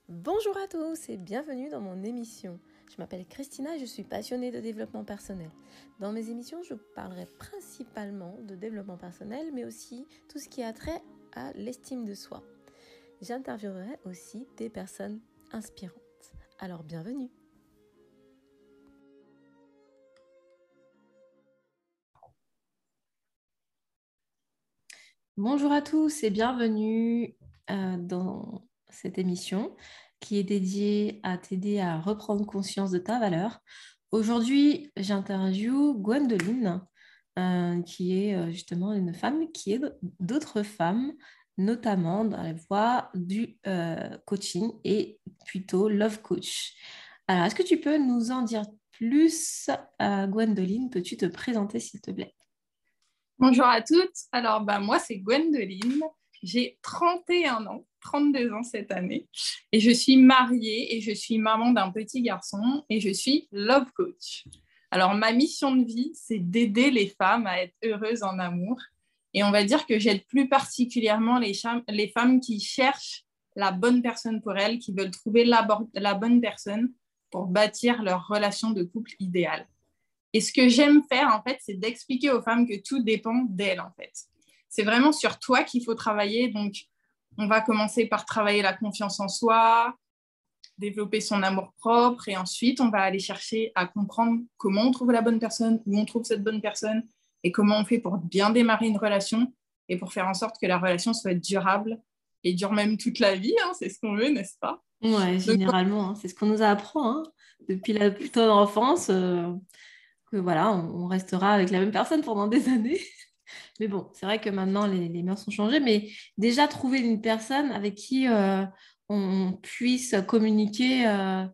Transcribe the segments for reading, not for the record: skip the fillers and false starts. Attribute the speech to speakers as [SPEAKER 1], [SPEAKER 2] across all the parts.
[SPEAKER 1] Bonjour à tous et bienvenue dans mon émission. Je m'appelle Christina et je suis passionnée de développement personnel. Dans mes émissions, je parlerai principalement de développement personnel, mais aussi tout ce qui a trait à l'estime de soi. J'interviewerai aussi des personnes inspirantes. Alors bienvenue. Bonjour à tous et bienvenue dans cette émission qui est dédiée à t'aider à reprendre conscience de ta valeur. Aujourd'hui, j'interviewe Gwendoline, qui est justement une femme qui aide d'autres femmes, notamment dans la voie du coaching et plutôt love coach. Alors, est-ce que tu peux nous en dire plus, Gwendoline? Peux-tu te présenter, s'il te plaît?
[SPEAKER 2] Bonjour à toutes. Alors, moi, c'est Gwendoline. J'ai 31 ans, 32 ans cette année. Et je suis mariée et je suis maman d'un petit garçon et je suis love coach. Alors, ma mission de vie, c'est d'aider les femmes à être heureuses en amour. Et on va dire que j'aide plus particulièrement les femmes qui cherchent la bonne personne pour elles, qui veulent trouver la bonne personne pour bâtir leur relation de couple idéale. Et ce que j'aime faire, en fait, c'est d'expliquer aux femmes que tout dépend d'elles, en fait. C'est vraiment sur toi qu'il faut travailler. Donc, on va commencer par travailler la confiance en soi, développer son amour-propre, et ensuite, on va aller chercher à comprendre comment on trouve la bonne personne, où on trouve cette bonne personne, et comment on fait pour bien démarrer une relation, et pour faire en sorte que la relation soit durable, et dure même toute la vie, hein, c'est ce qu'on veut, n'est-ce pas?
[SPEAKER 1] Ouais,
[SPEAKER 2] Donc,
[SPEAKER 1] généralement, hein, c'est ce qu'on nous apprend depuis la plus tendre enfance, que voilà, on restera avec la même personne pendant des années. Mais bon, c'est vrai que maintenant, les mœurs sont changées, mais déjà trouver une personne avec qui on puisse communiquer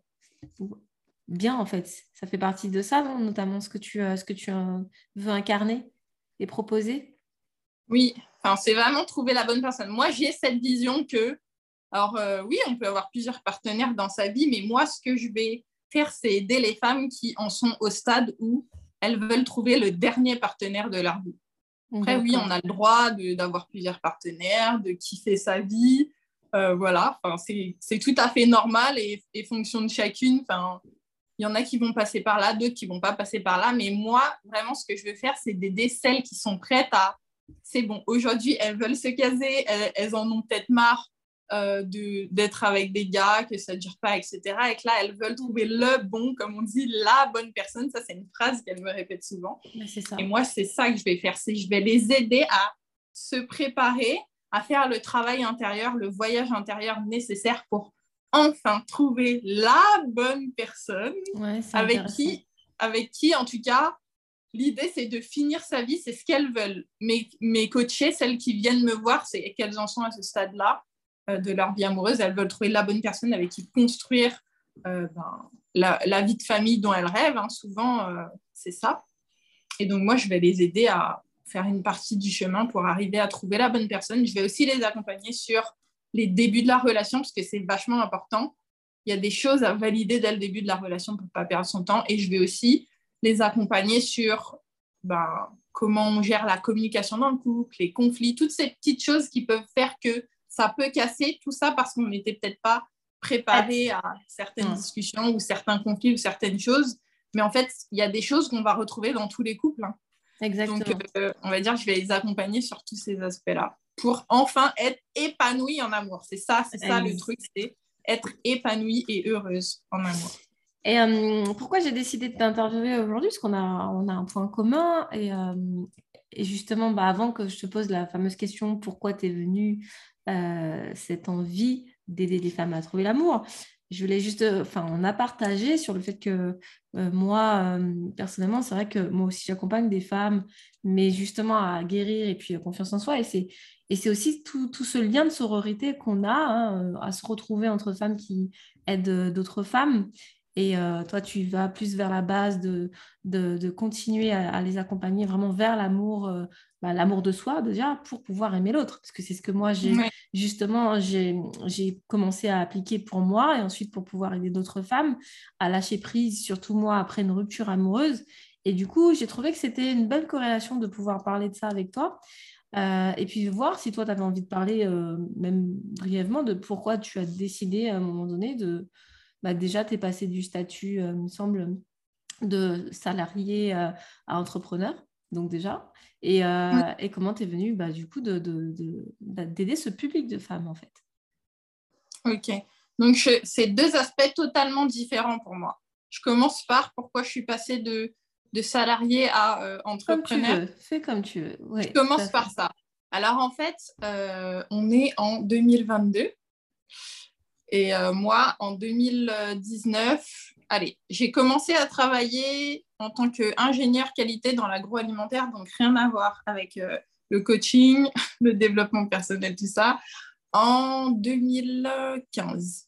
[SPEAKER 1] bien, en fait. Ça fait partie de ça, non? Notamment ce que tu veux incarner et proposer.
[SPEAKER 2] oui, enfin, c'est vraiment trouver la bonne personne. Moi, j'ai cette vision que alors oui, on peut avoir plusieurs partenaires dans sa vie, mais moi, ce que je vais faire, c'est aider les femmes qui en sont au stade où elles veulent trouver le dernier partenaire de leur vie. Après, oui, on
[SPEAKER 1] D'accord.
[SPEAKER 2] a le droit d'avoir plusieurs partenaires, de kiffer sa vie. Voilà, enfin, c'est tout à fait normal et fonction de chacune. Enfin, il y en a qui vont passer par là, d'autres qui ne vont pas passer par là. Mais moi, vraiment, ce que je veux faire, c'est d'aider celles qui sont prêtes à... C'est bon, aujourd'hui, elles veulent se caser, elles en ont peut-être marre d'être avec des gars, que ça ne dure pas, etc. Et que là, elles veulent trouver le bon, comme on dit, la bonne personne. Ça, c'est une phrase qu'elle me répète souvent.
[SPEAKER 1] Mais c'est
[SPEAKER 2] Et
[SPEAKER 1] ça.
[SPEAKER 2] moi, c'est ça que je vais faire. Je vais les aider à se préparer, à faire le travail intérieur, le voyage intérieur nécessaire pour enfin trouver la bonne personne
[SPEAKER 1] Ouais, c'est
[SPEAKER 2] avec
[SPEAKER 1] intéressant.
[SPEAKER 2] qui, avec qui, en tout cas, l'idée, c'est de finir sa vie, c'est ce qu'elles veulent. Mes coachées, celles qui viennent me voir, c'est qu'elles en sont à ce stade-là de leur vie amoureuse. Elles veulent trouver la bonne personne avec qui construire la vie de famille dont elles rêvent. Hein. Souvent, c'est ça. Et donc, moi, je vais les aider à faire une partie du chemin pour arriver à trouver la bonne personne. Je vais aussi les accompagner sur les débuts de la relation, parce que c'est vachement important. Il y a des choses à valider dès le début de la relation pour ne pas perdre son temps. Et je vais aussi les accompagner sur comment on gère la communication dans le couple, les conflits, toutes ces petites choses qui peuvent faire que ça peut casser, tout ça parce qu'on n'était peut-être pas préparé
[SPEAKER 1] Fait.
[SPEAKER 2] à certaines
[SPEAKER 1] Ouais,
[SPEAKER 2] discussions ou certains conflits ou certaines choses. Mais en fait, il y a des choses qu'on va retrouver dans tous les couples. Hein. Donc,
[SPEAKER 1] exactement.
[SPEAKER 2] on va dire que je vais les accompagner sur tous ces aspects-là pour enfin être épanouie en amour. C'est ça le truc, c'est être épanouie et heureuse en amour.
[SPEAKER 1] Et pourquoi j'ai décidé de t'interviewer aujourd'hui? Parce qu'on a un point commun. Et justement, avant que je te pose la fameuse question, pourquoi t'es venue cette envie d'aider les femmes à trouver l'amour? Je voulais juste, enfin, on a partagé sur le fait que moi, personnellement, c'est vrai que moi aussi, j'accompagne des femmes, mais justement à guérir et puis confiance en soi. Et c'est aussi tout ce lien de sororité qu'on a à se retrouver entre femmes qui aident d'autres femmes. Et toi, tu vas plus vers la base de continuer à les accompagner vraiment vers l'amour, l'amour de soi déjà, pour pouvoir aimer l'autre. Parce que c'est ce que moi,
[SPEAKER 2] Ouais.
[SPEAKER 1] j'ai commencé à appliquer pour moi et ensuite pour pouvoir aider d'autres femmes à lâcher prise, surtout moi, après une rupture amoureuse. Et du coup, j'ai trouvé que c'était une bonne corrélation de pouvoir parler de ça avec toi. Et puis voir si toi, tu avais envie de parler, même brièvement, de pourquoi tu as décidé à un moment donné de... Bah, déjà, tu es passé du statut, il me semble, de salarié à entrepreneur, donc déjà. Et comment tu es venu, bah, du coup, d'aider ce public de femmes, en fait.
[SPEAKER 2] Ok. Donc, c'est deux aspects totalement différents pour moi. Je commence par pourquoi je suis passée de salarié à
[SPEAKER 1] Comme tu
[SPEAKER 2] entrepreneur.
[SPEAKER 1] veux, fais comme tu veux.
[SPEAKER 2] Je
[SPEAKER 1] Oui, tout à
[SPEAKER 2] commence
[SPEAKER 1] fait.
[SPEAKER 2] par ça. Alors, en fait, on est en 2022 et moi, en 2019, allez, j'ai commencé à travailler en tant qu'ingénieur qualité dans l'agroalimentaire, donc rien à voir avec le coaching, le développement personnel, tout ça, en 2015.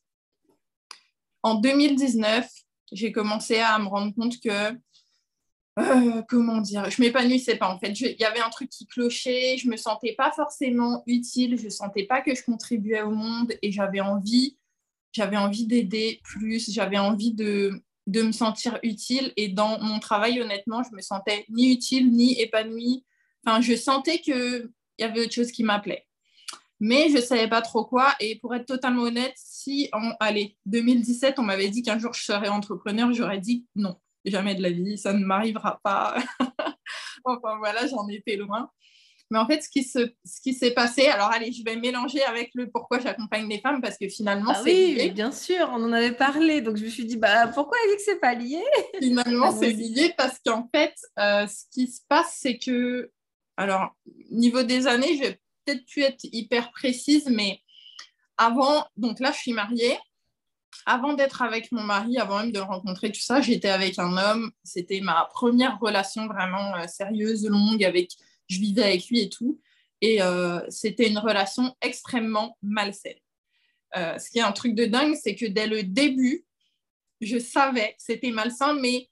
[SPEAKER 2] En 2019, j'ai commencé à me rendre compte que, comment dire, je m'épanouissais pas en fait. Il y avait un truc qui clochait, je me sentais pas forcément utile, je sentais pas que je contribuais au monde et j'avais envie d'aider plus, j'avais envie de me sentir utile. Et dans mon travail, honnêtement, je me sentais ni utile ni épanouie. Enfin, je sentais qu'il y avait autre chose qui m'appelait. Mais je ne savais pas trop quoi. Et pour être totalement honnête, si en 2017, on m'avait dit qu'un jour je serais entrepreneur, j'aurais dit non, jamais de la vie, ça ne m'arrivera pas. Enfin voilà, j'en étais loin. Mais en fait, ce qui s'est passé, alors allez, je vais mélanger avec le pourquoi j'accompagne les femmes parce que finalement,
[SPEAKER 1] Bah
[SPEAKER 2] c'est
[SPEAKER 1] oui, mais
[SPEAKER 2] lié.
[SPEAKER 1] bien sûr, on en avait parlé. Donc, je me suis dit, bah, pourquoi elle dit que c'est pas lié?
[SPEAKER 2] Finalement, c'est
[SPEAKER 1] Allons-y.
[SPEAKER 2] lié parce qu'en fait, ce qui se passe, c'est que, alors, niveau des années, je vais peut-être plus être hyper précise, mais avant, donc là, je suis mariée. Avant d'être avec mon mari, avant même de le rencontrer, tout ça, j'étais avec un homme. C'était ma première relation vraiment sérieuse, longue, je vivais avec lui et tout. Et c'était une relation extrêmement malsaine. Ce qui est un truc de dingue, c'est que dès le début, je savais que c'était malsain, mais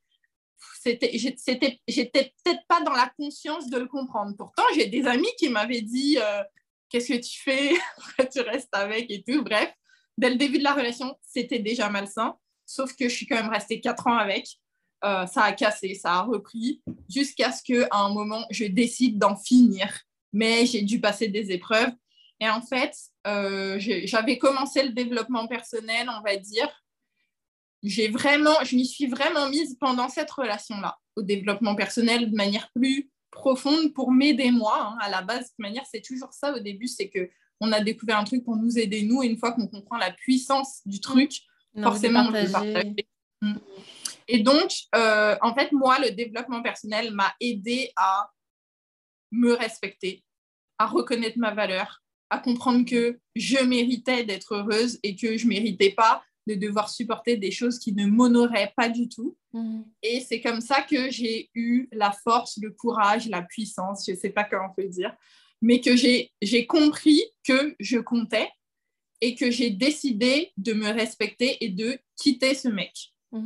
[SPEAKER 2] j'étais peut-être pas dans la conscience de le comprendre. Pourtant, j'ai des amis qui m'avaient dit qu'est-ce que tu fais, pourquoi tu restes avec et tout. Bref, dès le début de la relation, c'était déjà malsain. Sauf que je suis quand même restée 4 ans avec. Ça a cassé, ça a repris, jusqu'à ce qu'à un moment, je décide d'en finir. Mais j'ai dû passer des épreuves. Et en fait, j'avais commencé le développement personnel, on va dire, je m'y suis vraiment mise pendant cette relation-là, au développement personnel de manière plus profonde pour m'aider moi. Hein. À la base, de toute manière, c'est toujours ça au début, c'est que on a découvert un truc pour nous aider nous, et une fois qu'on comprend la puissance du truc,
[SPEAKER 1] On a envie de
[SPEAKER 2] forcément, on veut le partager.
[SPEAKER 1] partager.
[SPEAKER 2] Et donc, en fait, moi, le développement personnel m'a aidé à me respecter, à reconnaître ma valeur, à comprendre que je méritais d'être heureuse et que je méritais pas de devoir supporter des choses qui ne m'honoraient pas du tout. Et c'est comme ça que j'ai eu la force, le courage, la puissance, je ne sais pas comment on peut dire, mais que j'ai compris que je comptais et que j'ai décidé de me respecter et de quitter ce mec.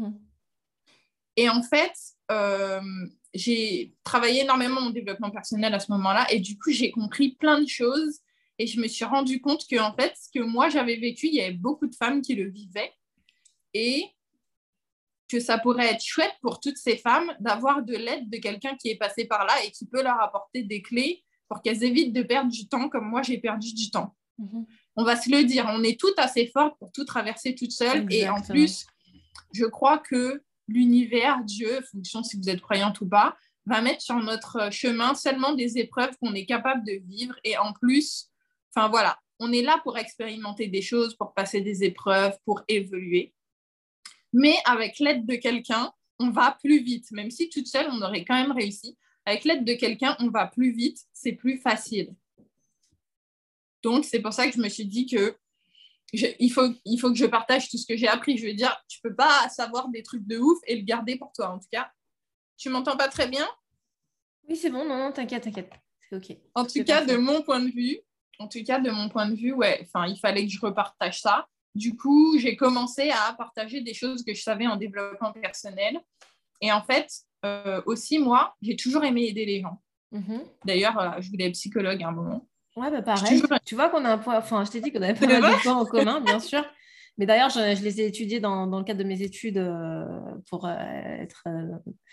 [SPEAKER 2] Et en fait, j'ai travaillé énormément mon développement personnel à ce moment-là et du coup, j'ai compris plein de choses et je me suis rendu compte que en fait, ce que moi j'avais vécu, il y avait beaucoup de femmes qui le vivaient et que ça pourrait être chouette pour toutes ces femmes d'avoir de l'aide de quelqu'un qui est passé par là et qui peut leur apporter des clés pour qu'elles évitent de perdre du temps comme moi j'ai perdu du temps. On va se le dire, on est toutes assez fortes pour tout traverser toute seule. Exactement. Et en plus, je crois que l'univers, Dieu, fonction si vous êtes croyante ou pas, va mettre sur notre chemin seulement des épreuves qu'on est capable de vivre. Et en plus, enfin voilà, on est là pour expérimenter des choses, pour passer des épreuves, pour évoluer. Mais avec l'aide de quelqu'un, on va plus vite. Même si toute seule, on aurait quand même réussi. Avec l'aide de quelqu'un, on va plus vite, c'est plus facile. Donc, c'est pour ça que je me suis dit que il faut que je partage tout ce que j'ai appris. Je veux dire, tu peux pas savoir des trucs de ouf et le garder pour toi. En tout cas, tu m'entends pas très bien?
[SPEAKER 1] Oui, c'est bon. Non, non, t'inquiète, t'inquiète. C'est OK.
[SPEAKER 2] En tout cas, de mon point de vue, ouais, enfin, il fallait que je repartage ça. Du coup, j'ai commencé à partager des choses que je savais en développement personnel. Et en fait, aussi, moi, j'ai toujours aimé aider les gens. D'ailleurs, je voulais être psychologue à un moment.
[SPEAKER 1] Ouais, bah pareil. Tu vois qu'on a un point, enfin, je t'ai dit qu'on avait pas mal de points en commun, bien sûr. Mais d'ailleurs, je les ai étudiés dans le cadre de mes études pour être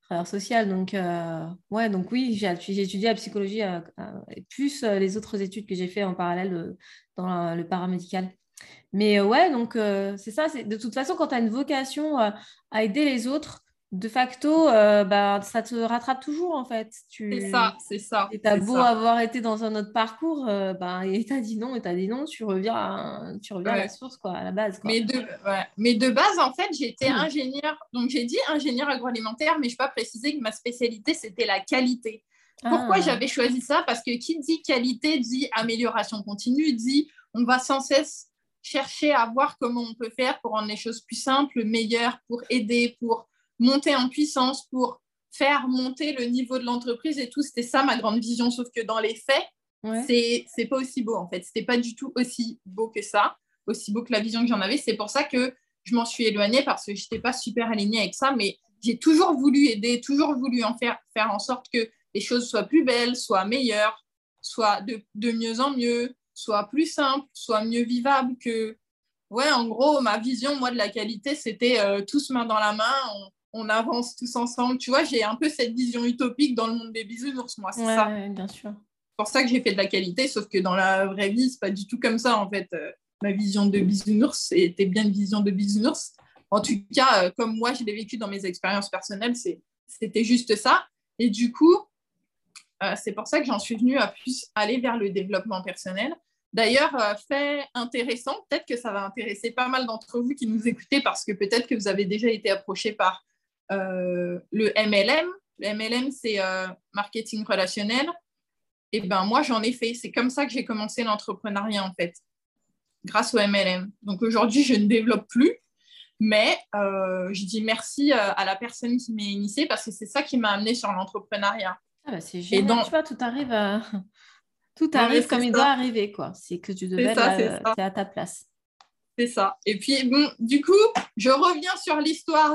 [SPEAKER 1] travailleur social. Donc, ouais, donc oui, j'ai étudié la psychologie et plus les autres études que j'ai fait en parallèle dans le paramédical. Mais ouais, donc c'est ça. De toute façon, quand tu as une vocation à aider les autres, de facto, bah, ça te rattrape toujours en fait.
[SPEAKER 2] C'est ça, c'est ça,
[SPEAKER 1] Et t'as
[SPEAKER 2] c'est
[SPEAKER 1] beau
[SPEAKER 2] ça.
[SPEAKER 1] avoir été dans un autre parcours, bah, et t'as dit non, tu reviens à la
[SPEAKER 2] Ouais.
[SPEAKER 1] source, quoi, à la base, quoi.
[SPEAKER 2] Mais de base, en fait, j'étais ingénieure. Donc, j'ai dit ingénieure agroalimentaire, mais je n'ai pas précisé que ma spécialité, c'était la qualité. Pourquoi
[SPEAKER 1] Ah,
[SPEAKER 2] j'avais choisi ça? Parce que qui dit qualité dit amélioration continue, dit on va sans cesse chercher à voir comment on peut faire pour rendre les choses plus simples, meilleures, pour aider, pour monter en puissance, pour faire monter le niveau de l'entreprise et tout. C'était ça ma grande vision. Sauf que dans les faits,
[SPEAKER 1] ouais.
[SPEAKER 2] c'est pas aussi beau, en fait. C'était pas du tout aussi beau que ça, aussi beau que la vision que j'en avais. C'est pour ça que je m'en suis éloignée parce que je n'étais pas super alignée avec ça, mais j'ai toujours voulu aider, toujours voulu faire en sorte que les choses soient plus belles, soient meilleures, soient de mieux en mieux, soient plus simples, soient mieux vivables que... Ouais, en gros, ma vision, moi, de la qualité, c'était tous main dans la main, on avance tous ensemble. Tu vois, j'ai un peu cette vision utopique dans le monde des bisounours, moi,
[SPEAKER 1] Ouais,
[SPEAKER 2] c'est ça.
[SPEAKER 1] ouais, bien sûr.
[SPEAKER 2] Pour ça que j'ai fait de la qualité, sauf que dans la vraie vie, c'est pas du tout comme ça, en fait. Ma vision de bisounours, c'était bien une vision de bisounours. En tout cas, comme moi, je l'ai vécu dans mes expériences personnelles, c'était juste ça. Et du coup, c'est pour ça que j'en suis venue à plus aller vers le développement personnel. D'ailleurs, fait intéressant, peut-être que ça va intéresser pas mal d'entre vous qui nous écoutez parce que peut-être que vous avez déjà été approché par le MLM. Le MLM, c'est marketing relationnel. Et ben moi, j'en ai fait. C'est comme ça que j'ai commencé l'entrepreneuriat, en fait, grâce au MLM. Donc aujourd'hui, je ne développe plus, mais je dis merci à la personne qui m'a initiée parce que c'est ça qui m'a amenée sur l'entrepreneuriat.
[SPEAKER 1] Ah bah, c'est
[SPEAKER 2] Et
[SPEAKER 1] génial,
[SPEAKER 2] dans...
[SPEAKER 1] tu vois, tout
[SPEAKER 2] Non, mais
[SPEAKER 1] arrive comme il doit arriver, quoi. C'est que tu devais
[SPEAKER 2] c'est
[SPEAKER 1] être
[SPEAKER 2] ça, c'est
[SPEAKER 1] là,
[SPEAKER 2] ça,
[SPEAKER 1] t'es à ta place.
[SPEAKER 2] c'est ça. Et puis, bon, du coup, je reviens sur l'histoire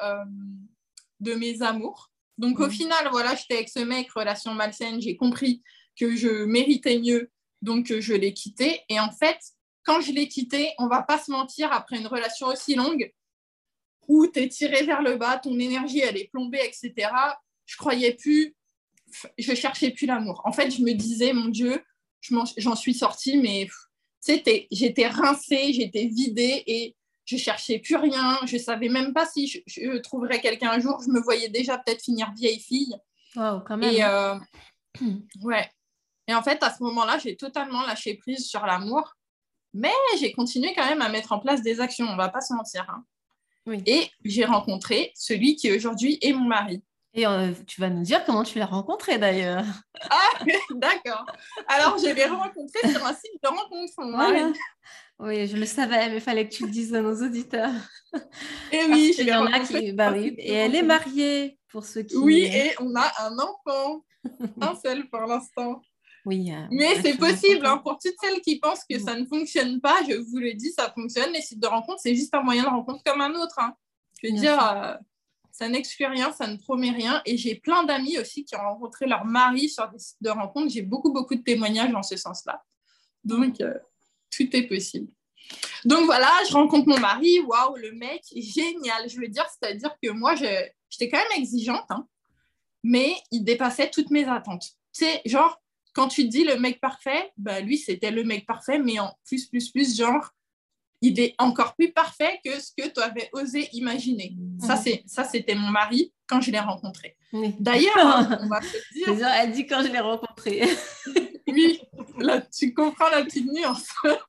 [SPEAKER 2] de mes amours. Donc au
[SPEAKER 1] Mm.
[SPEAKER 2] final, voilà, j'étais avec ce mec, relation malsaine, j'ai compris que je méritais mieux, donc je l'ai quitté. Et en fait, quand je l'ai quitté, on va pas se mentir, après une relation aussi longue, où tu es tiré vers le bas, ton énergie, elle est plombée, etc., je croyais plus, je cherchais plus l'amour. En fait, je me disais, mon Dieu, j'en suis sortie, mais j'étais rincée, j'étais vidée et je cherchais plus rien. Je savais même pas si je trouverais quelqu'un un jour. Je me voyais déjà peut-être finir vieille fille.
[SPEAKER 1] Waouh, quand même,
[SPEAKER 2] Et
[SPEAKER 1] hein.
[SPEAKER 2] ouais. Et en fait, à ce moment-là, j'ai totalement lâché prise sur l'amour, mais j'ai continué quand même à mettre en place des actions. On va pas se mentir, hein.
[SPEAKER 1] Oui.
[SPEAKER 2] Et j'ai rencontré celui qui aujourd'hui est mon mari.
[SPEAKER 1] Et tu vas nous dire comment tu l'as rencontré d'ailleurs.
[SPEAKER 2] Ah, d'accord. Alors, je l'ai rencontré sur un site de rencontre, mon mari.
[SPEAKER 1] Voilà. Oui, je le savais, mais il fallait que tu le dises à nos auditeurs.
[SPEAKER 2] Et
[SPEAKER 1] Parce
[SPEAKER 2] oui, je
[SPEAKER 1] qu'il y
[SPEAKER 2] l'ai
[SPEAKER 1] en a
[SPEAKER 2] rencontré
[SPEAKER 1] qui...
[SPEAKER 2] sur
[SPEAKER 1] Bah
[SPEAKER 2] un
[SPEAKER 1] oui,
[SPEAKER 2] site
[SPEAKER 1] et
[SPEAKER 2] de
[SPEAKER 1] elle est
[SPEAKER 2] rencontre.
[SPEAKER 1] mariée, pour ceux
[SPEAKER 2] Oui,
[SPEAKER 1] qui...
[SPEAKER 2] et on a un enfant, un seul pour l'instant.
[SPEAKER 1] Oui,
[SPEAKER 2] Mais
[SPEAKER 1] la
[SPEAKER 2] c'est
[SPEAKER 1] chose
[SPEAKER 2] possible, hein,
[SPEAKER 1] importante.
[SPEAKER 2] pour toutes celles qui pensent que
[SPEAKER 1] Mm.
[SPEAKER 2] ça ne fonctionne pas, je vous le dis, ça fonctionne. Les sites de rencontre, c'est juste un moyen de rencontre comme un autre, hein. Je veux
[SPEAKER 1] Bien
[SPEAKER 2] dire,
[SPEAKER 1] sûr.
[SPEAKER 2] ça n'exclut rien, ça ne promet rien. Et j'ai plein d'amis aussi qui ont rencontré leur mari sur des sites de rencontre. J'ai beaucoup, beaucoup de témoignages dans ce sens-là.
[SPEAKER 1] Mm.
[SPEAKER 2] Donc, tout est possible. Donc voilà, je rencontre mon mari, waouh, le mec, génial. Je veux dire, c'est-à-dire que moi, j'étais quand même exigeante, hein, mais il dépassait toutes mes attentes. C'est genre, quand tu te dis le mec parfait, bah lui, c'était le mec parfait, mais en plus, genre, il est encore plus parfait que ce que tu avais osé imaginer.
[SPEAKER 1] Mm.
[SPEAKER 2] Ça, c'était mon mari quand je l'ai rencontré.
[SPEAKER 1] Oui.
[SPEAKER 2] D'ailleurs, hein, on va se dire,
[SPEAKER 1] C'est ça, elle dit quand je l'ai rencontré.
[SPEAKER 2] oui, là, tu comprends la petite nuance.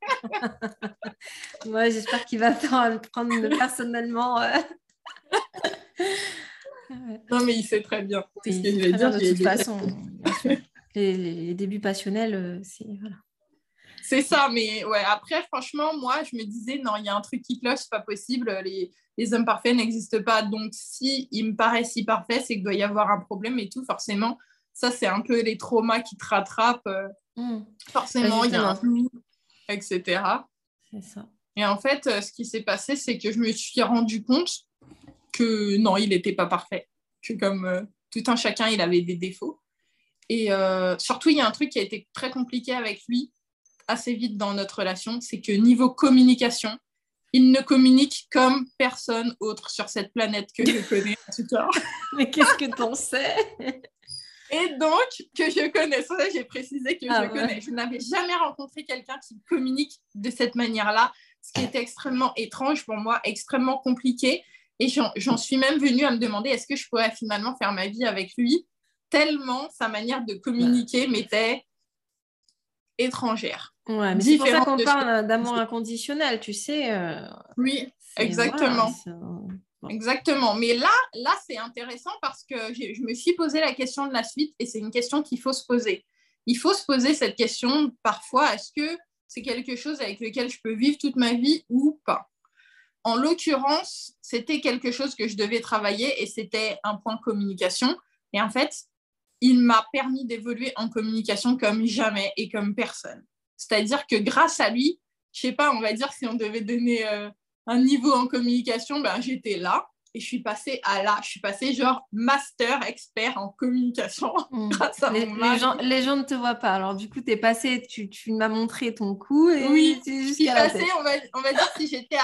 [SPEAKER 1] Moi, j'espère qu'il va le prendre personnellement. Ouais.
[SPEAKER 2] Non, mais il sait très bien. C'est ce
[SPEAKER 1] Oui,
[SPEAKER 2] que je
[SPEAKER 1] c'est
[SPEAKER 2] vais
[SPEAKER 1] très bien
[SPEAKER 2] dire.
[SPEAKER 1] de toute façon, bien sûr. Les débuts passionnels, c'est... Voilà.
[SPEAKER 2] C'est ça, mais ouais, après, franchement, moi, je me disais, non, il y a un truc qui cloche, c'est pas possible, les hommes parfaits n'existent pas. Donc, si il me paraît si parfait, c'est qu'il doit y avoir un problème et tout, forcément. Ça, c'est un peu les traumas qui te rattrapent.
[SPEAKER 1] Mm. Bah,
[SPEAKER 2] Forcément, il y a un
[SPEAKER 1] justement,
[SPEAKER 2] flou, etc.
[SPEAKER 1] c'est ça.
[SPEAKER 2] Et en fait, ce qui s'est passé, c'est que je me suis rendu compte que non, il n'était pas parfait. Que comme tout un chacun, il avait des défauts. Et surtout, il y a un truc qui a été très compliqué avec lui assez vite dans notre relation, c'est que niveau communication, il ne communique comme personne autre sur cette planète que je connais, en tout cas.
[SPEAKER 1] Mais qu'est-ce que t'en sais?
[SPEAKER 2] Et donc, que je connais, ça j'ai précisé que je connais.
[SPEAKER 1] Ouais.
[SPEAKER 2] Je n'avais jamais rencontré quelqu'un qui communique de cette manière-là, ce qui était extrêmement étrange pour moi, extrêmement compliqué. Et j'en suis même venue à me demander est-ce que je pourrais finalement faire ma vie avec lui, tellement sa manière de communiquer m'était étrangère.
[SPEAKER 1] Ouais, mais c'est pour ça
[SPEAKER 2] Différente
[SPEAKER 1] qu'on
[SPEAKER 2] de ce que...
[SPEAKER 1] parle d'amour inconditionnel, tu sais.
[SPEAKER 2] Oui,
[SPEAKER 1] Voilà,
[SPEAKER 2] exactement.
[SPEAKER 1] bon.
[SPEAKER 2] Exactement. Mais là c'est intéressant parce que je me suis posé la question de la suite et c'est une question qu'il faut se poser. Il faut se poser cette question parfois, est-ce que c'est quelque chose avec lequel je peux vivre toute ma vie ou pas? En l'occurrence, c'était quelque chose que je devais travailler et c'était un point de communication. Et en fait, il m'a permis d'évoluer en communication comme jamais et comme personne. C'est-à-dire que grâce à lui, je sais pas, on va dire si on devait donner un niveau en communication, ben j'étais là et je suis passée à là. Je suis passée genre master expert en communication grâce à mon mari.
[SPEAKER 1] Les gens ne te voient pas. Alors, du coup, tu es passé, tu m'as montré ton cou et
[SPEAKER 2] Oui,
[SPEAKER 1] tu es
[SPEAKER 2] je suis
[SPEAKER 1] jusqu'à la
[SPEAKER 2] passée,
[SPEAKER 1] tête.
[SPEAKER 2] on va dire si j'étais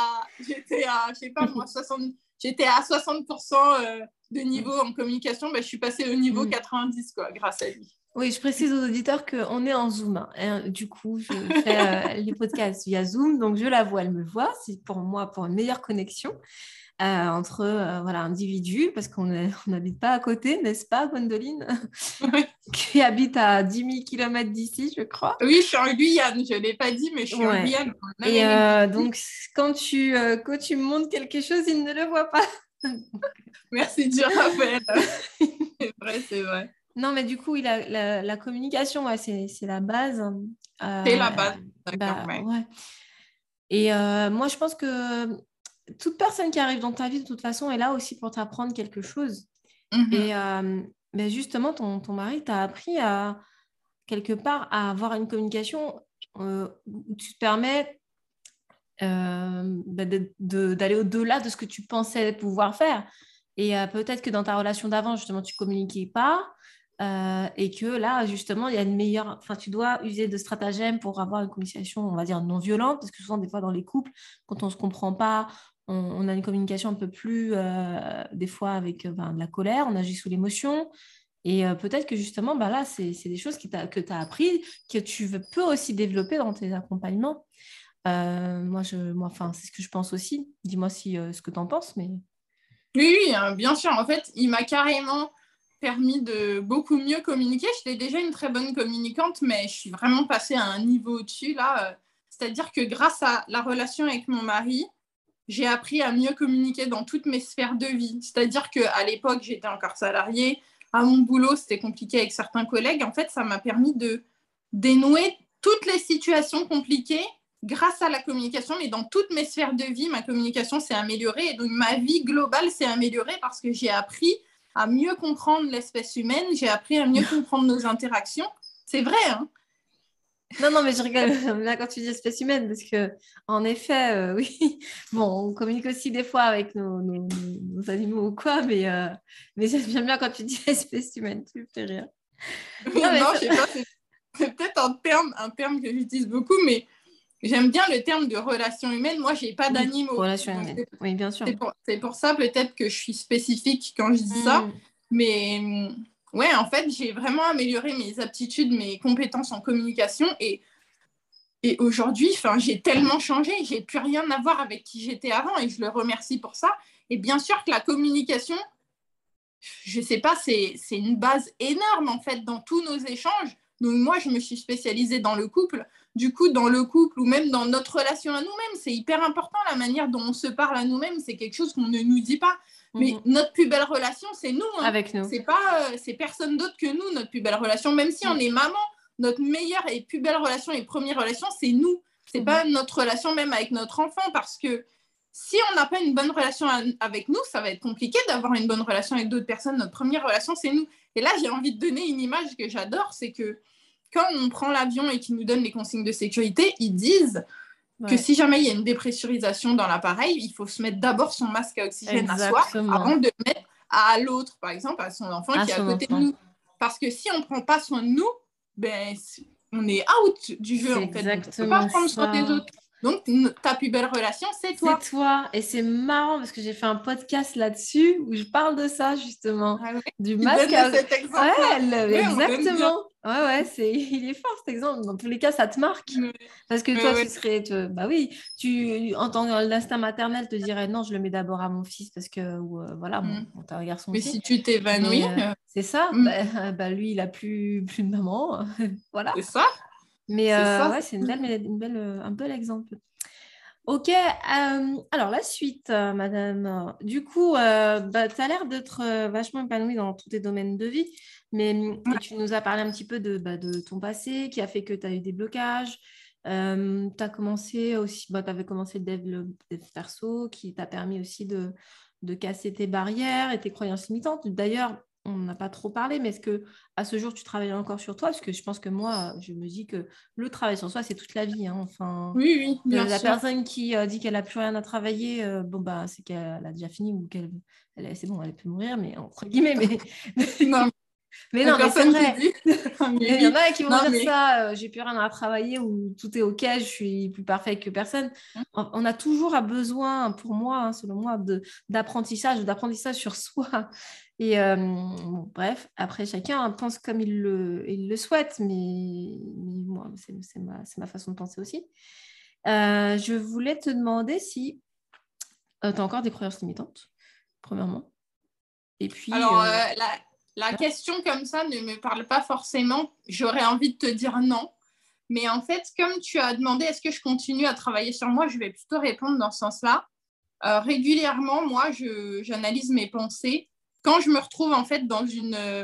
[SPEAKER 2] je sais pas moi, j'étais à 60% de niveau en communication, ben, je suis passée au niveau 90 quoi, grâce à lui.
[SPEAKER 1] Oui, je précise aux auditeurs qu'on est en Zoom, hein. Et, du coup, je fais les podcasts via Zoom, donc je la vois, elle me voit. C'est pour moi pour une meilleure connexion entre voilà, individus, parce qu'on n'habite pas à côté, n'est-ce pas, Gwendoline? Qui habite à 10 000 km d'ici, je crois.
[SPEAKER 2] Oui, je suis en Guyane, je ne l'ai pas dit, mais je suis en
[SPEAKER 1] Ouais.
[SPEAKER 2] Guyane.
[SPEAKER 1] Et donc, quand quand tu montres quelque chose, il ne le voit pas.
[SPEAKER 2] Merci du rappel. C'est vrai, c'est vrai.
[SPEAKER 1] Non, mais du coup, la communication, ouais, c'est la base.
[SPEAKER 2] C'est la base, d'accord.
[SPEAKER 1] Bah, ouais. Et moi, je pense que toute personne qui arrive dans ta vie, de toute façon, est là aussi pour t'apprendre quelque chose.
[SPEAKER 2] Mm-hmm.
[SPEAKER 1] Et ben justement, ton mari t'a appris à, quelque part, à avoir une communication où tu te permets d'aller au-delà de ce que tu pensais pouvoir faire. Et peut-être que dans ta relation d'avant, justement, tu communiquais pas. Et que là, justement, il y a une meilleure... Enfin, tu dois user de stratagèmes pour avoir une communication, on va dire, non violente. Parce que souvent, des fois, dans les couples, quand on ne se comprend pas, on a une communication un peu plus, des fois, avec de la colère, on agit sous l'émotion. Et peut-être que justement, bah là, c'est des choses que tu as appris, que tu peux aussi développer dans tes accompagnements. Enfin, c'est ce que je pense aussi. Dis-moi si ce que tu en penses, mais...
[SPEAKER 2] Oui, oui, bien sûr. En fait, il m'a carrément permis de beaucoup mieux communiquer. J'étais déjà une très bonne communicante, mais je suis vraiment passée à un niveau au-dessus, là. C'est-à-dire que grâce à la relation avec mon mari, j'ai appris à mieux communiquer dans toutes mes sphères de vie. C'est-à-dire qu'à l'époque, j'étais encore salariée. À mon boulot, c'était compliqué avec certains collègues. En fait, ça m'a permis de dénouer toutes les situations compliquées grâce à la communication. Mais dans toutes mes sphères de vie, ma communication s'est améliorée. Et donc, ma vie globale s'est améliorée parce que j'ai appris à mieux comprendre l'espèce humaine. J'ai appris à mieux comprendre nos interactions. C'est vrai, hein?
[SPEAKER 1] Non, mais je rigole là quand tu dis espèce humaine, parce que en effet, oui, bon, on communique aussi des fois avec nos animaux ou quoi, mais j'aime bien quand tu dis espèce humaine, tu me fais rire. Non, mais
[SPEAKER 2] Non, je sais pas, c'est peut-être un terme que j'utilise beaucoup, mais j'aime bien le terme de relation humaine. Moi, j'ai pas
[SPEAKER 1] oui,
[SPEAKER 2] d'animaux.
[SPEAKER 1] relation humaine, oui, bien sûr.
[SPEAKER 2] C'est pour ça peut-être que je suis spécifique quand je dis ça.
[SPEAKER 1] Mm.
[SPEAKER 2] Mais ouais, en fait, j'ai vraiment amélioré mes aptitudes, mes compétences en communication. Et aujourd'hui, j'ai tellement changé. J'ai plus rien à voir avec qui j'étais avant et je le remercie pour ça. Et bien sûr que la communication, je sais pas, c'est une base énorme en fait dans tous nos échanges. Donc moi, je me suis spécialisée dans le couple. Du coup, dans le couple ou même dans notre relation à nous-mêmes, c'est hyper important la manière dont on se parle à nous-mêmes. C'est quelque chose qu'on ne nous dit pas. Mais notre plus belle relation, c'est nous. Hein.
[SPEAKER 1] Avec nous.
[SPEAKER 2] C'est personne d'autre que nous, notre plus belle relation. Même si on est maman, notre meilleure et plus belle relation et première relation, c'est nous. C'est pas notre relation même avec notre enfant parce que si on n'a pas une bonne relation avec nous, ça va être compliqué d'avoir une bonne relation avec d'autres personnes. Notre première relation, c'est nous. Et là, j'ai envie de donner une image que j'adore, c'est que quand on prend l'avion et qu'ils nous donnent les consignes de sécurité, ils disent que si jamais il y a une dépressurisation dans l'appareil, il faut se mettre d'abord son masque à oxygène à soi avant de le mettre à l'autre, par exemple à son enfant qui est à côté de nous. Parce que si on ne prend pas soin de nous, ben, on est out du jeu en fait. Donc, on ne peut pas prendre soin des autres. Donc, ta plus belle relation, c'est toi.
[SPEAKER 1] C'est toi. Et c'est marrant parce que j'ai fait un podcast là-dessus où je parle de ça, justement.
[SPEAKER 2] Ah ouais.
[SPEAKER 1] Du
[SPEAKER 2] Tu donnes
[SPEAKER 1] masque
[SPEAKER 2] de
[SPEAKER 1] à...
[SPEAKER 2] cet exemple-là.
[SPEAKER 1] Ouais,
[SPEAKER 2] Oui, on aime bien.
[SPEAKER 1] exactement. Ouais, il est fort cet exemple. Dans tous les cas, ça te marque.
[SPEAKER 2] Oui,
[SPEAKER 1] Parce que toi,
[SPEAKER 2] oui,
[SPEAKER 1] bah oui, en tant que l'instinct maternel te dirait non, je le mets d'abord à mon fils parce que, ou, voilà,
[SPEAKER 2] oui.
[SPEAKER 1] t'as un garçon
[SPEAKER 2] Mais
[SPEAKER 1] aussi.
[SPEAKER 2] si tu t'évanouis,
[SPEAKER 1] Mais c'est ça.
[SPEAKER 2] mm,
[SPEAKER 1] Bah, lui, il a plus de maman. Voilà.
[SPEAKER 2] c'est ça.
[SPEAKER 1] Mais
[SPEAKER 2] C'est ça.
[SPEAKER 1] ouais, c'est un bel exemple. Ok, alors la suite, madame. Du coup, bah, tu as l'air d'être vachement épanouie dans tous tes domaines de vie, et tu nous as parlé un petit peu de ton passé qui a fait que tu as eu des blocages. Tu as commencé aussi, bah, tu avais commencé le dev perso qui t'a permis aussi de casser tes barrières et tes croyances limitantes. D'ailleurs, on n'a pas trop parlé, mais est-ce que à ce jour, tu travailles encore sur toi? Parce que je pense que moi, je me dis que le travail sur soi, c'est toute la vie, hein. Enfin.
[SPEAKER 2] Oui, oui, bien
[SPEAKER 1] La
[SPEAKER 2] sûr.
[SPEAKER 1] personne qui dit qu'elle n'a plus rien à travailler, bon, bah, c'est qu'elle a déjà fini ou c'est bon, elle peut mourir, mais entre guillemets.
[SPEAKER 2] Non,
[SPEAKER 1] Mais
[SPEAKER 2] mais
[SPEAKER 1] non, mais c'est
[SPEAKER 2] personne te
[SPEAKER 1] vrai.
[SPEAKER 2] dit. Mais
[SPEAKER 1] Il y en
[SPEAKER 2] oui,
[SPEAKER 1] a qui vont
[SPEAKER 2] non,
[SPEAKER 1] dire
[SPEAKER 2] mais
[SPEAKER 1] ça, j'ai plus rien à travailler ou tout est OK, je suis plus parfait que personne. On a toujours besoin, pour moi, hein, selon moi, d'apprentissage sur soi. Et bon, bref, après, chacun pense comme il le souhaite, mais moi, c'est ma façon de penser aussi. Je voulais te demander si tu as encore des croyances limitantes, premièrement. Et puis,
[SPEAKER 2] alors, la
[SPEAKER 1] ouais.
[SPEAKER 2] question comme ça ne me parle pas forcément. J'aurais envie de te dire non. Mais en fait, comme tu as demandé, est-ce que je continue à travailler sur moi, je vais plutôt répondre dans ce sens-là. Régulièrement, moi, j'analyse mes pensées. Quand je me retrouve en fait dans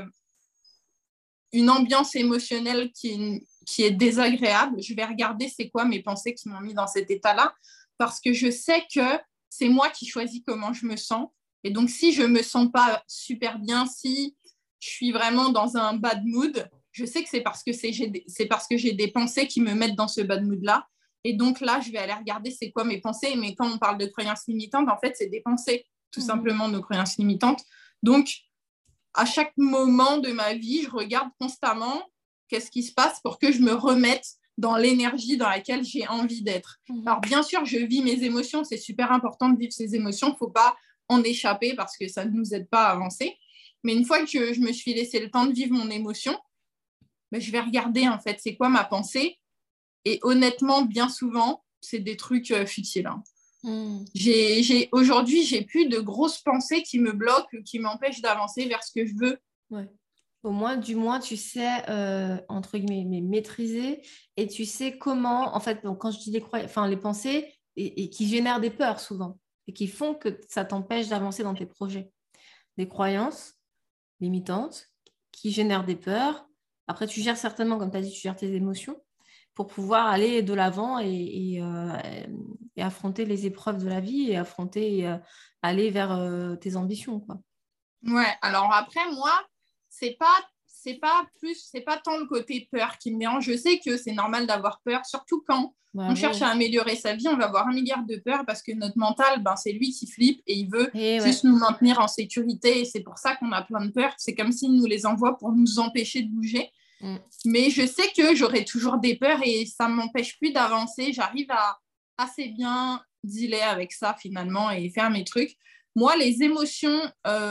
[SPEAKER 2] une ambiance émotionnelle qui est désagréable, je vais regarder c'est quoi mes pensées qui m'ont mis dans cet état-là, parce que je sais que c'est moi qui choisis comment je me sens. Et donc, si je ne me sens pas super bien, si je suis vraiment dans un bad mood, je sais que c'est parce que j'ai des pensées qui me mettent dans ce bad mood-là. Et donc là, je vais aller regarder c'est quoi mes pensées. Mais quand on parle de croyances limitantes, en fait, c'est des pensées, tout simplement, nos croyances limitantes. Donc, à chaque moment de ma vie, je regarde constamment qu'est-ce qui se passe pour que je me remette dans l'énergie dans laquelle j'ai envie d'être. Alors, bien sûr, je vis mes émotions. C'est super important de vivre ses émotions. Il ne faut pas en échapper parce que ça ne nous aide pas à avancer. Mais une fois que je me suis laissé le temps de vivre mon émotion, ben, je vais regarder, en fait, c'est quoi ma pensée. Et honnêtement, bien souvent, c'est des trucs futiles. Hein. Aujourd'hui, j'ai plus de grosses pensées qui me bloquent, qui m'empêchent d'avancer vers ce que je veux.
[SPEAKER 1] Ouais. Au moins, du moins, tu sais, entre guillemets, maîtriser et tu sais comment, en fait, donc, quand je dis les pensées et qui génèrent des peurs souvent et qui font que ça t'empêche d'avancer dans tes projets. Des croyances limitantes qui génèrent des peurs. Après, tu gères certainement, comme tu as dit, tu gères tes émotions pour pouvoir aller de l'avant et affronter les épreuves de la vie et aller vers tes ambitions, quoi.
[SPEAKER 2] Ouais, alors après, moi, c'est pas tant le côté peur qui me dérange. Je sais que c'est normal d'avoir peur, surtout quand on cherche à améliorer sa vie, on va avoir un milliard de peurs parce que notre mental, ben, c'est lui qui flippe et il veut juste nous maintenir en sécurité. Et c'est pour ça qu'on a plein de peurs. C'est comme s'il nous les envoie pour nous empêcher de bouger. Mais je sais que j'aurai toujours des peurs et ça ne m'empêche plus d'avancer. J'arrive à assez bien dealer avec ça finalement et faire mes trucs. Moi, les émotions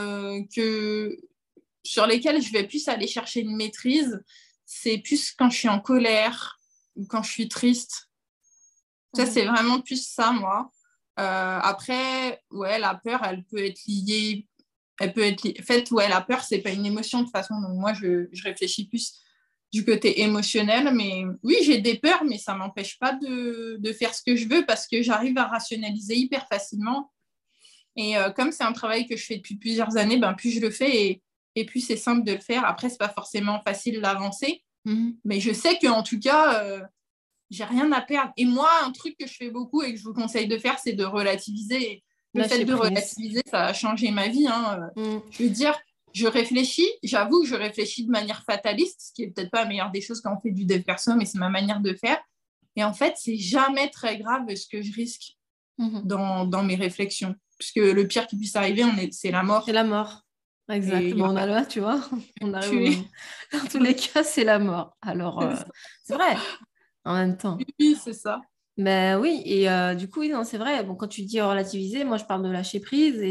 [SPEAKER 2] sur lesquelles je vais plus aller chercher une maîtrise, c'est plus quand je suis en colère ou quand je suis triste. Ça, c'est vraiment plus ça, moi. Après, ouais, la peur, elle peut être liée. En fait, ouais, la peur, c'est pas une émotion de toute façon. Donc, moi, je réfléchis plus du côté émotionnel. Mais oui, j'ai des peurs, mais ça m'empêche pas de faire ce que je veux parce que j'arrive à rationaliser hyper facilement. Et comme c'est un travail que je fais depuis plusieurs années, ben, plus je le fais et plus c'est simple de le faire. Après, c'est pas forcément facile d'avancer, mais je sais qu'en tout cas, j'ai rien à perdre. Et moi, un truc que je fais beaucoup et que je vous conseille de faire, c'est de relativiser. Le fait de relativiser, ça a changé ma vie. Hein. Je veux dire, j'avoue que je réfléchis de manière fataliste, ce qui est peut-être pas la meilleure des choses quand on fait du dev perso, mais c'est ma manière de faire. Et en fait, c'est jamais très grave ce que je risque dans mes réflexions. Puisque le pire qui puisse arriver, c'est la mort.
[SPEAKER 1] C'est la mort. Exactement. On a là, tu vois, on arrive dans tous les cas, c'est la mort. Alors, c'est vrai, en même temps.
[SPEAKER 2] Oui, c'est ça.
[SPEAKER 1] Ben oui, et du coup, oui, non, c'est vrai. Bon, quand tu dis relativiser, moi, je parle de lâcher prise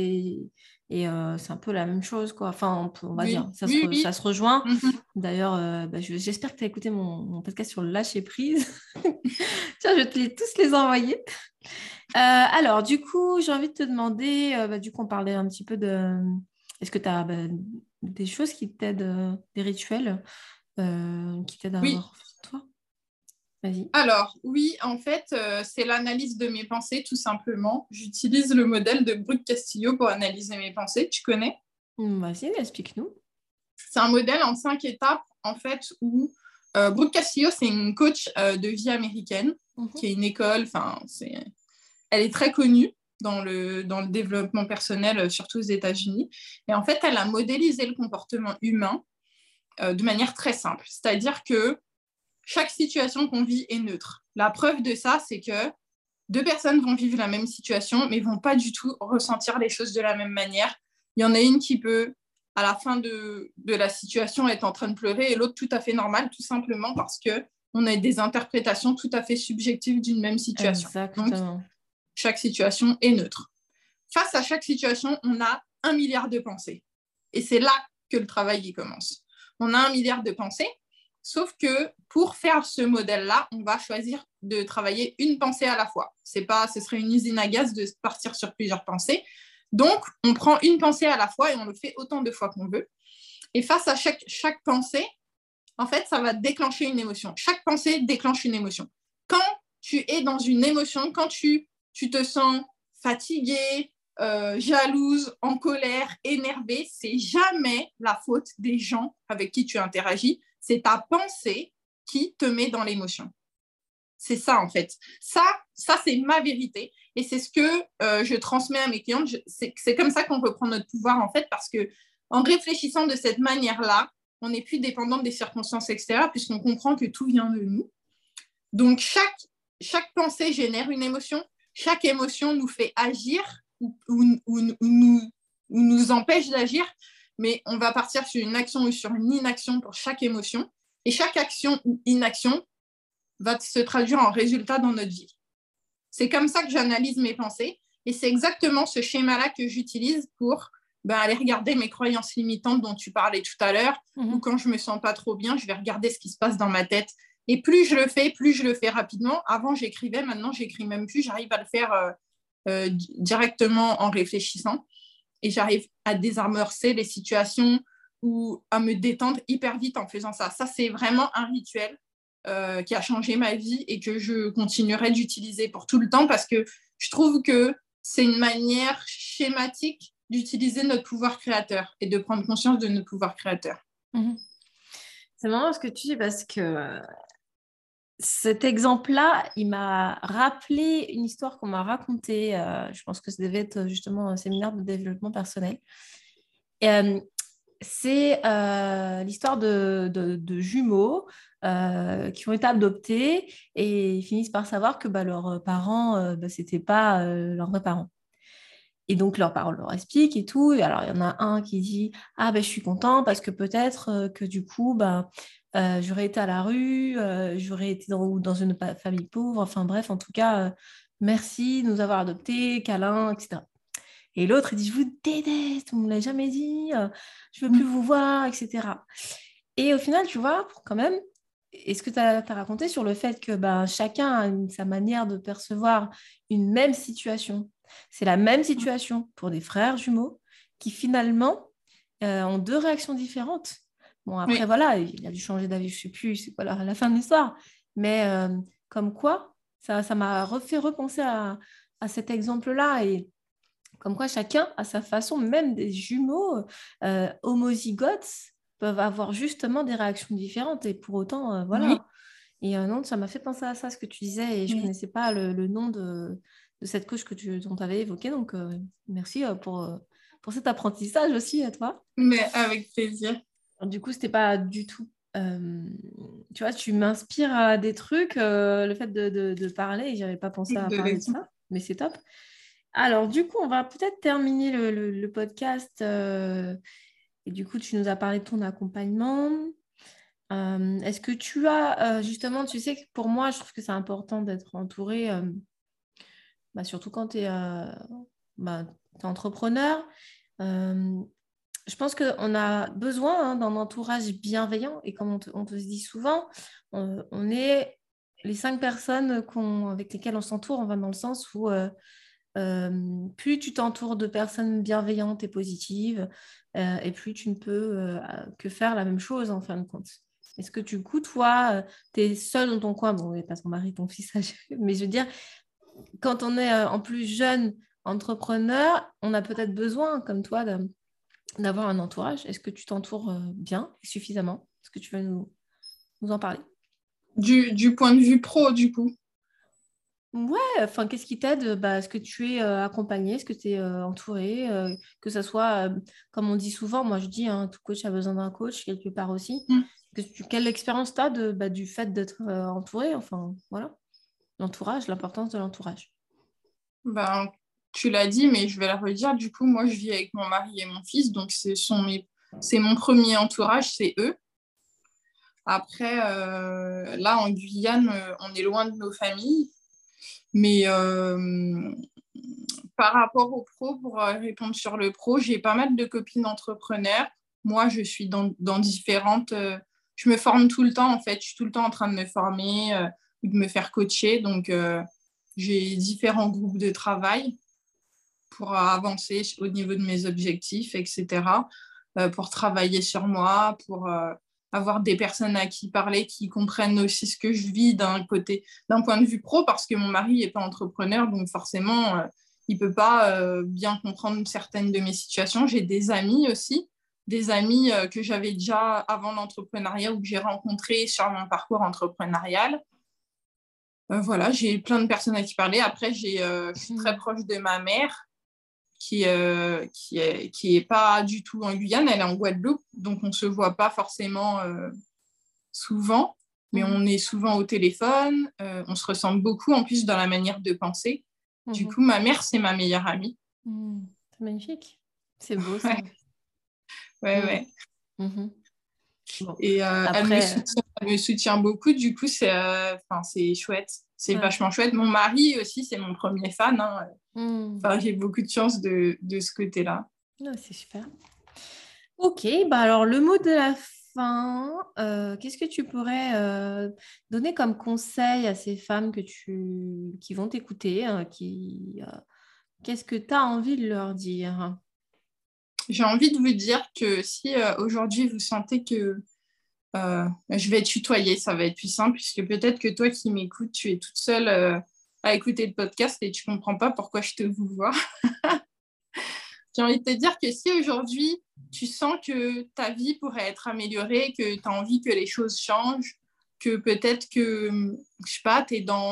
[SPEAKER 1] et c'est un peu la même chose, quoi. Enfin, on va dire,
[SPEAKER 2] Oui, oui,
[SPEAKER 1] ça
[SPEAKER 2] oui.
[SPEAKER 1] se rejoint.
[SPEAKER 2] Mhm.
[SPEAKER 1] D'ailleurs, ben, j'espère que tu as écouté mon podcast sur le lâcher prise. Tiens, je vais tous les envoyer. Alors, du coup, j'ai envie de te demander, bah, du coup, on parlait un petit peu de... Est-ce que tu as des choses qui t'aident, des rituels qui t'aident à
[SPEAKER 2] Oui.
[SPEAKER 1] avoir toi? Vas-y.
[SPEAKER 2] Alors, oui, en fait, c'est l'analyse de mes pensées, tout simplement. J'utilise le modèle de Brooke Castillo pour analyser mes pensées. Tu connais?
[SPEAKER 1] Vas-y, explique-nous.
[SPEAKER 2] C'est un modèle en 5 étapes, en fait, où Brooke Castillo, c'est une coach de vie américaine,
[SPEAKER 1] Mhm.
[SPEAKER 2] qui est une école, elle est très connue dans le développement personnel, surtout aux États-Unis. Et en fait, elle a modélisé le comportement humain de manière très simple. C'est-à-dire que chaque situation qu'on vit est neutre. La preuve de ça, c'est que deux personnes vont vivre la même situation, mais vont pas du tout ressentir les choses de la même manière. Il y en a une qui peut, à la fin de la situation, être en train de pleurer, et l'autre tout à fait normal, tout simplement parce que on a des interprétations tout à fait subjectives d'une même situation. Donc,
[SPEAKER 1] Exactement.
[SPEAKER 2] chaque situation est neutre. Face à chaque situation, on a 1 milliard de pensées. Et c'est là que le travail y commence. On a 1 milliard de pensées, sauf que pour faire ce modèle-là, on va choisir de travailler une pensée à la fois. Ce serait une usine à gaz de partir sur plusieurs pensées. Donc, on prend une pensée à la fois et on le fait autant de fois qu'on veut. Et face à chaque pensée, en fait, ça va déclencher une émotion. Chaque pensée déclenche une émotion. Quand tu es dans une émotion, quand tu te sens fatigué, jalouse, en colère, énervée, c'est jamais la faute des gens avec qui tu interagis. C'est ta pensée qui te met dans l'émotion. C'est ça, en fait. Ça c'est ma vérité. Et c'est ce que je transmets à mes clientes. C'est comme ça qu'on peut prendre notre pouvoir, en fait, parce que en réfléchissant de cette manière-là, on n'est plus dépendant des circonstances extérieures, puisqu'on comprend que tout vient de nous. Donc, chaque pensée génère une émotion. Chaque émotion nous fait agir ou nous empêche d'agir. Mais on va partir sur une action ou sur une inaction pour chaque émotion. Et chaque action ou inaction va se traduire en résultat dans notre vie. C'est comme ça que j'analyse mes pensées. Et c'est exactement ce schéma-là que j'utilise pour aller regarder mes croyances limitantes dont tu parlais tout à l'heure, ou quand je me sens pas trop bien, je vais regarder ce qui se passe dans ma tête. Et plus je le fais rapidement. Avant, j'écrivais, maintenant, j'écris même plus. J'arrive à le faire directement en réfléchissant. Et j'arrive à désamorcer les situations ou à me détendre hyper vite en faisant ça. Ça, c'est vraiment un rituel qui a changé ma vie et que je continuerai d'utiliser pour tout le temps parce que je trouve que c'est une manière schématique d'utiliser notre pouvoir créateur et de prendre conscience de notre pouvoir créateur.
[SPEAKER 1] C'est marrant ce que tu dis parce que cet exemple-là, il m'a rappelé une histoire qu'on m'a racontée. Je pense que ça devait être justement un séminaire de développement personnel. Et, c'est l'histoire de jumeaux qui ont été adoptés et ils finissent par savoir que leurs parents, c'était pas leurs vrais parents. Et donc, leurs parents leur expliquent et tout. Et alors, il y en a un qui dit, ah ben, je suis content parce que peut-être que du coup, j'aurais été à la rue, j'aurais été dans une famille pauvre. Enfin bref, en tout cas, merci de nous avoir adoptés, câlin, etc. Et l'autre, il dit, je vous déteste, vous ne me l'avez jamais dit, je ne veux plus vous voir, etc. Et au final, tu vois, quand même, et ce que tu as raconté sur le fait que chacun a sa manière de percevoir une même situation. C'est la même situation pour des frères jumeaux qui finalement ont deux réactions différentes. Bon, après,
[SPEAKER 2] Oui,
[SPEAKER 1] voilà, il a dû changer d'avis, je ne sais plus, c'est quoi la fin de l'histoire. Mais comme quoi, ça m'a refait repenser à cet exemple-là. Et comme quoi, chacun a sa façon, même des jumeaux homozygotes peuvent avoir justement des réactions différentes. Et pour autant,
[SPEAKER 2] oui,
[SPEAKER 1] voilà. Et non, ça m'a fait penser à ça, ce que tu disais. Et je ne
[SPEAKER 2] oui.
[SPEAKER 1] connaissais pas le nom de cette coach dont tu avais évoqué. Donc, merci pour cet apprentissage aussi à toi.
[SPEAKER 2] Mais avec plaisir.
[SPEAKER 1] Alors, du coup, c'était pas du tout. Tu vois, tu m'inspires à des trucs, le fait de parler, et j'avais pas pensé à
[SPEAKER 2] De
[SPEAKER 1] parler de
[SPEAKER 2] raison.
[SPEAKER 1] ça, mais c'est top. Alors, du coup, on va peut-être terminer le podcast. Et du coup, tu nous as parlé de ton accompagnement. Est-ce que tu as, justement, tu sais que pour moi, je trouve que c'est important d'être entouré, surtout quand tu es, entrepreneur. Euh, je pense qu'on a besoin d'un entourage bienveillant et comme on te se dit souvent, on est les 5 personnes avec lesquelles on s'entoure, on va dans le sens où plus tu t'entoures de personnes bienveillantes et positives, et plus tu ne peux que faire la même chose en fin de compte. Est-ce que du coup, toi, tu es seul dans ton coin, bon, et pas ton mari, ton fils âgé, mais je veux dire, quand on est en plus jeune entrepreneur, on a peut-être besoin, comme toi, d'avoir un entourage. Est-ce que tu t'entoures bien et suffisamment? Est-ce que tu veux nous en parler?
[SPEAKER 2] Du point de vue pro, du coup.
[SPEAKER 1] Ouais, enfin, qu'est-ce qui t'aide? Est-ce que tu es accompagné? Est-ce que tu es entouré? Que ça soit, comme on dit souvent, moi je dis, hein, tout coach a besoin d'un coach quelque part aussi.
[SPEAKER 2] Mm.
[SPEAKER 1] Quelle expérience tu as du fait d'être entouré? Enfin, voilà, l'entourage, l'importance de l'entourage.
[SPEAKER 2] Ben, tu l'as dit, mais je vais le redire. Du coup, moi, je vis avec mon mari et mon fils, donc c'est mon premier entourage, c'est eux. Après, là, en Guyane, on est loin de nos familles, mais par rapport au pro, pour répondre sur le pro, j'ai pas mal de copines entrepreneurs. Moi, je suis dans différentes... je me forme tout le temps, en fait. Je suis tout le temps en train de me former ou de me faire coacher. Donc, j'ai différents groupes de travail pour avancer au niveau de mes objectifs, etc. Pour travailler sur moi, pour avoir des personnes à qui parler qui comprennent aussi ce que je vis d'un point de vue pro, parce que mon mari n'est pas entrepreneur, donc forcément, il ne peut pas bien comprendre certaines de mes situations. J'ai des amis aussi, des amis que j'avais déjà avant l'entrepreneuriat ou que j'ai rencontrés sur mon parcours entrepreneurial. Voilà, j'ai plein de personnes à qui parler. Après, je suis très proche de ma mère qui est pas du tout en Guyane, elle est en Guadeloupe, donc on se voit pas forcément souvent, mais on est souvent au téléphone, on se ressemble beaucoup en plus dans la manière de penser. Du coup, ma mère, c'est ma meilleure amie.
[SPEAKER 1] C'est magnifique. C'est beau ça.
[SPEAKER 2] Ouais, ouais, ouais.
[SPEAKER 1] Bon.
[SPEAKER 2] Et
[SPEAKER 1] Après,
[SPEAKER 2] elle me soutient beaucoup, du coup, c'est chouette. C'est vachement chouette. Mon mari aussi, c'est mon premier fan, hein. Enfin, j'ai beaucoup de chance de ce côté-là.
[SPEAKER 1] c'est super. Ok, alors le mot de la fin, qu'est-ce que tu pourrais donner comme conseil à ces femmes qui vont t'écouter, qu'est-ce que tu as envie de leur dire?
[SPEAKER 2] J'ai envie de vous dire que si aujourd'hui vous sentez que je vais tutoyer, ça va être plus simple, puisque peut-être que toi qui m'écoutes, tu es toute seule à écouter le podcast et tu comprends pas pourquoi je te vous vois. J'ai envie de te dire que si aujourd'hui tu sens que ta vie pourrait être améliorée, que tu as envie que les choses changent, que peut-être que, je sais pas,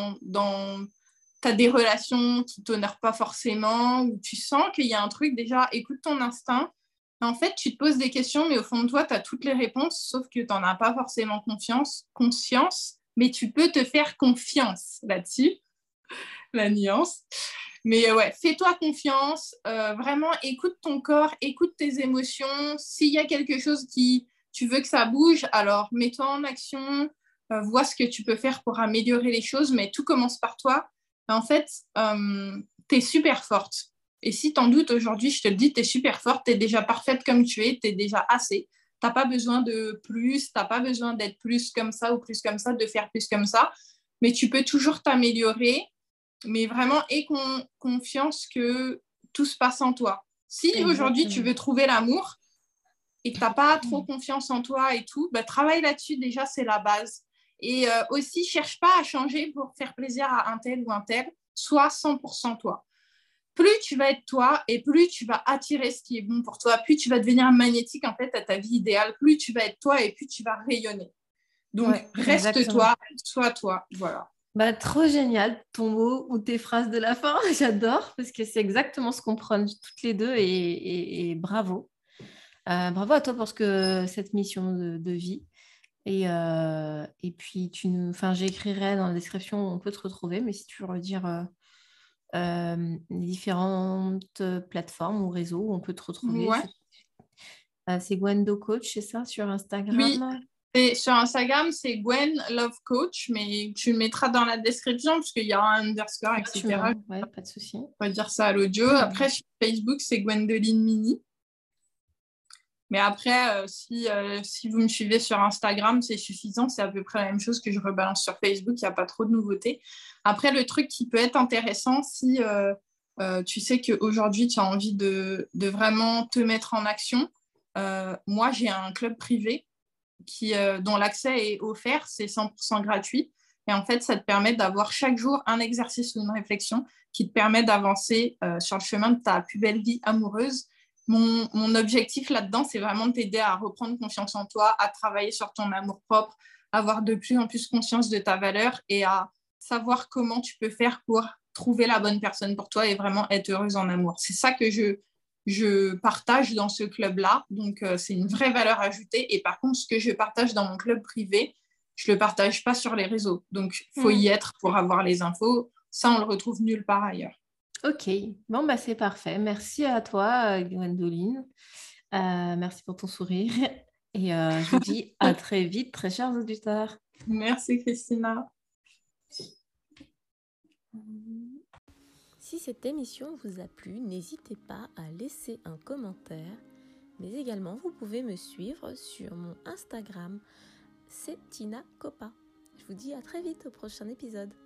[SPEAKER 2] t'as des relations qui t'honorent pas forcément, ou tu sens qu'il y a un truc, déjà, écoute ton instinct. En fait, tu te poses des questions, mais au fond de toi, tu as toutes les réponses, sauf que tu n'en as pas forcément conscience, mais tu peux te faire confiance là-dessus, la nuance. Mais ouais, fais-toi confiance, vraiment écoute ton corps, écoute tes émotions. S'il y a quelque chose tu veux que ça bouge, alors mets-toi en action, vois ce que tu peux faire pour améliorer les choses, mais tout commence par toi. En fait, tu es super forte. Et si t'en doutes aujourd'hui, je te le dis, tu es super forte, tu es déjà parfaite comme tu es, tu es déjà assez. Tu n'as pas besoin de plus, tu n'as pas besoin d'être plus comme ça ou plus comme ça, de faire plus comme ça, mais tu peux toujours t'améliorer, mais vraiment aie confiance que tout se passe en toi. Si aujourd'hui tu veux trouver l'amour et que tu n'as pas trop confiance en toi et tout, bah, travaille là-dessus, déjà c'est la base. Et aussi, cherche pas à changer pour faire plaisir à un tel ou un tel, sois 100% toi. Plus tu vas être toi et plus tu vas attirer ce qui est bon pour toi, plus tu vas devenir magnétique en fait à ta vie idéale, plus tu vas être toi et plus tu vas rayonner. Donc, reste toi, sois toi, voilà.
[SPEAKER 1] Trop génial, ton mot ou tes phrases de la fin, j'adore, parce que c'est exactement ce qu'on prend toutes les deux et bravo. Bravo à toi pour cette mission de vie. Et puis, j'écrirai dans la description où on peut te retrouver, mais si tu veux redire les différentes plateformes ou réseaux où on peut te retrouver,
[SPEAKER 2] Ouais.
[SPEAKER 1] c'est Gwendo Coach, c'est ça, sur
[SPEAKER 2] Oui,
[SPEAKER 1] Instagram?
[SPEAKER 2] Sur Instagram, c'est Gwen Love Coach, mais tu le mettras dans la description parce qu'il y a un underscore, etc.
[SPEAKER 1] Ouais, pas de souci.
[SPEAKER 2] On va dire ça à l'audio. Après, sur Facebook, c'est Gwendoline Mini. Mais après, si vous me suivez sur Instagram, c'est suffisant. C'est à peu près la même chose que je rebalance sur Facebook. Il n'y a pas trop de nouveautés. Après, le truc qui peut être intéressant, si tu sais qu'aujourd'hui, tu as envie de vraiment te mettre en action, moi, j'ai un club privé dont l'accès est offert. C'est 100% gratuit. Et en fait, ça te permet d'avoir chaque jour un exercice ou une réflexion qui te permet d'avancer sur le chemin de ta plus belle vie amoureuse. Mon objectif là-dedans, c'est vraiment de t'aider à reprendre confiance en toi, à travailler sur ton amour-propre, avoir de plus en plus conscience de ta valeur et à savoir comment tu peux faire pour trouver la bonne personne pour toi et vraiment être heureuse en amour. C'est ça que je partage dans ce club-là. Donc, c'est une vraie valeur ajoutée. Et par contre, ce que je partage dans mon club privé, je ne le partage pas sur les réseaux. Donc, il faut y être pour avoir les infos. Ça, on le retrouve nulle part ailleurs.
[SPEAKER 1] Ok, bon, bah, c'est parfait. Merci à toi, Gwendoline. Merci pour ton sourire. Et je vous dis à très vite, très chers auditeurs.
[SPEAKER 2] Merci, Christina.
[SPEAKER 3] Si cette émission vous a plu, n'hésitez pas à laisser un commentaire, mais également vous pouvez me suivre sur mon Instagram, c'est Tina Copa. Je vous dis à très vite au prochain épisode.